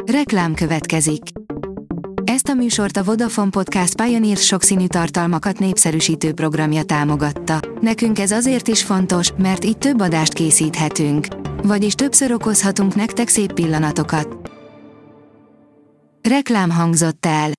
Reklám következik. Ezt a műsort a Vodafone Podcast Pioneer sokszínű tartalmakat népszerűsítő programja támogatta. Nekünk ez azért is fontos, mert így több adást készíthetünk. Vagyis többször okozhatunk nektek szép pillanatokat. Reklám hangzott el.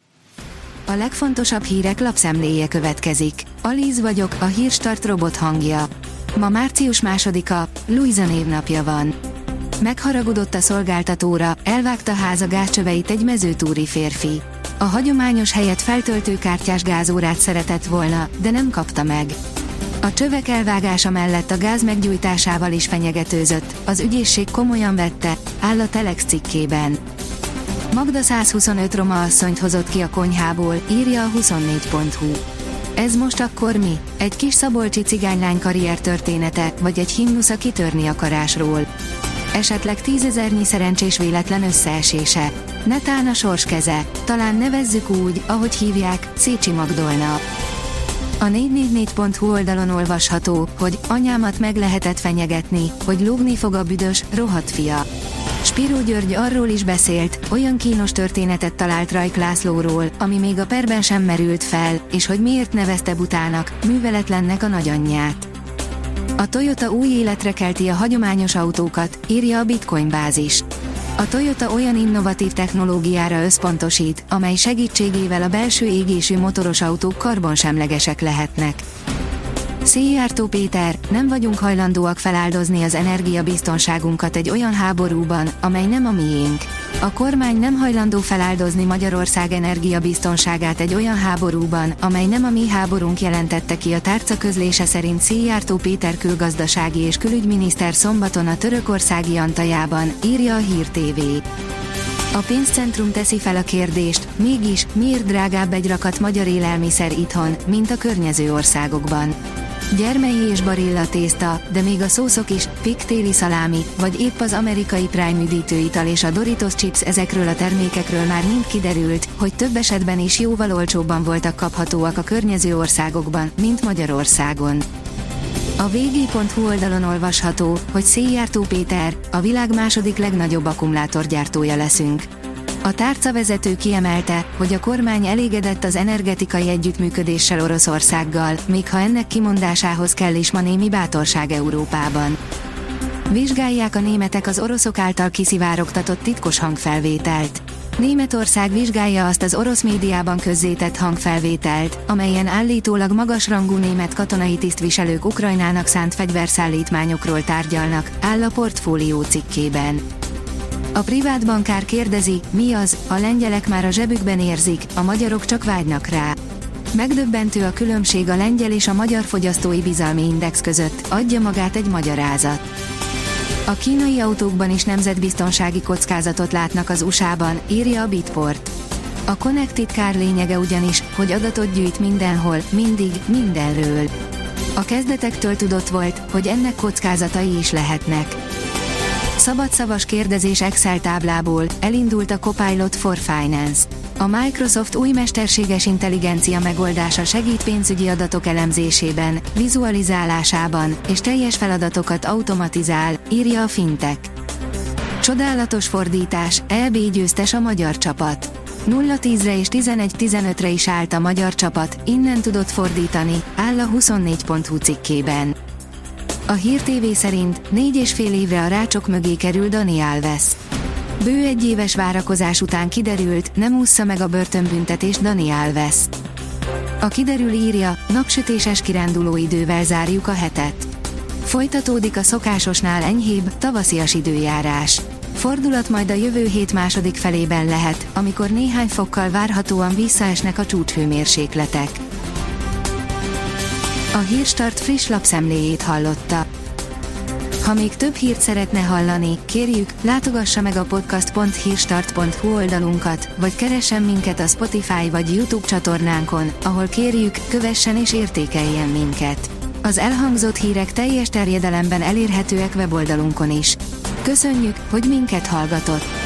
A legfontosabb hírek lapszemléje következik. Alíz vagyok, a Hírstart robot hangja. Ma március 2-a, Luisa névnapja van. Megharagudott a szolgáltatóra, elvágta háza gázcsöveit egy mezőtúri férfi. A hagyományos helyett feltöltőkártyás gázórát szeretett volna, de nem kapta meg. A csövek elvágása mellett a gáz meggyújtásával is fenyegetőzött, az ügyészség komolyan vette, áll a Telex cikkében. Magda 125 roma asszonyt hozott ki a konyhából, írja a 24.hu. Ez most akkor mi? Egy kis szabolcsi cigánylány karrier története, vagy egy himnusz a kitörni akarásról? Esetleg 10 000-nyi szerencsés véletlen összeesése. Netán a sors keze, talán nevezzük úgy, ahogy hívják, Szécsi Magdolna. A 444.hu oldalon olvasható, hogy anyámat meg lehetett fenyegetni, hogy lógni fog a büdös, rohadt fia. Spiró György arról is beszélt, olyan kínos történetet talált Rajk Lászlóról, ami még a perben sem merült fel, és hogy miért nevezte butának, műveletlennek a nagyanyját. A Toyota új életre kelti a hagyományos autókat, írja a Bitcoin bázis. A Toyota olyan innovatív technológiára összpontosít, amely segítségével a belső égésű motoros autók karbonsemlegesek lehetnek. Széjjártó Péter, nem vagyunk hajlandóak feláldozni az energiabiztonságunkat egy olyan háborúban, amely nem a miénk. A kormány nem hajlandó feláldozni Magyarország energiabiztonságát egy olyan háborúban, amely nem a mi háborunk, jelentette ki a tárca közlése szerint Széjjártó Péter külgazdasági és külügyminiszter szombaton a törökországi Antalyában, írja a Hír TV. A pénzcentrum teszi fel a kérdést, mégis miért drágább egy rakat magyar élelmiszer itthon, mint a környező országokban. Gyermei és barilla tészta, de még a szószok is, Pick téli szalámi, vagy épp az amerikai Prime üdítőital és a Doritos chips, ezekről a termékekről már mind kiderült, hogy több esetben is jóval olcsóbban voltak kaphatóak a környező országokban, mint Magyarországon. A vg.hu oldalon olvasható, hogy Széjjártó Péter, a világ második legnagyobb akkumulátorgyártója leszünk. A tárcavezető kiemelte, hogy a kormány elégedett az energetikai együttműködéssel Oroszországgal, még ha ennek kimondásához kell is ma némi bátorság Európában. Vizsgálják a németek az oroszok által kiszivárogtatott titkos hangfelvételt. Németország vizsgálja azt az orosz médiában közzétett hangfelvételt, amelyen állítólag magasrangú német katonai tisztviselők Ukrajnának szánt fegyverszállítmányokról tárgyalnak, áll a Portfólió cikkében. A privát bankár kérdezi, mi az, a lengyelek már a zsebükben érzik, a magyarok csak vágynak rá. Megdöbbentő a különbség a lengyel és a magyar fogyasztói bizalmi index között, adja magát egy magyarázat. A kínai autókban is nemzetbiztonsági kockázatot látnak az USA-ban, írja a Bitport. A Connected Car lényege ugyanis, hogy adatot gyűjt mindenhol, mindig, mindenről. A kezdetektől tudott volt, hogy ennek kockázatai is lehetnek. Szabadszavas kérdezés Excel táblából, elindult a Copilot for Finance. A Microsoft új mesterséges intelligencia megoldása segít pénzügyi adatok elemzésében, vizualizálásában, és teljes feladatokat automatizál, írja a Fintech. Csodálatos fordítás, EB győztes a magyar csapat. 0-10-re és 11-15-re is állt a magyar csapat, innen tudott fordítani, áll a 24.hu cikkében. A Hír TV szerint 4,5 évre a rácsok mögé kerül Dani Alves. Bő egy éves várakozás után kiderült, nem ússza meg a börtönbüntetést Dani Alves. A Kiderül írja, napsütéses kiránduló idővel zárjuk a hetet. Folytatódik a szokásosnál enyhébb, tavaszias időjárás. Fordulat majd a jövő hét második felében lehet, amikor néhány fokkal várhatóan visszaesnek a csúcshőmérsékletek. A Hírstart friss lapszemléjét hallotta. Ha még több hírt szeretne hallani, kérjük, látogassa meg a podcast.hírstart.hu oldalunkat, vagy keressen minket a Spotify vagy YouTube csatornánkon, ahol kérjük, kövessen és értékeljen minket. Az elhangzott hírek teljes terjedelemben elérhetőek weboldalunkon is. Köszönjük, hogy minket hallgatott!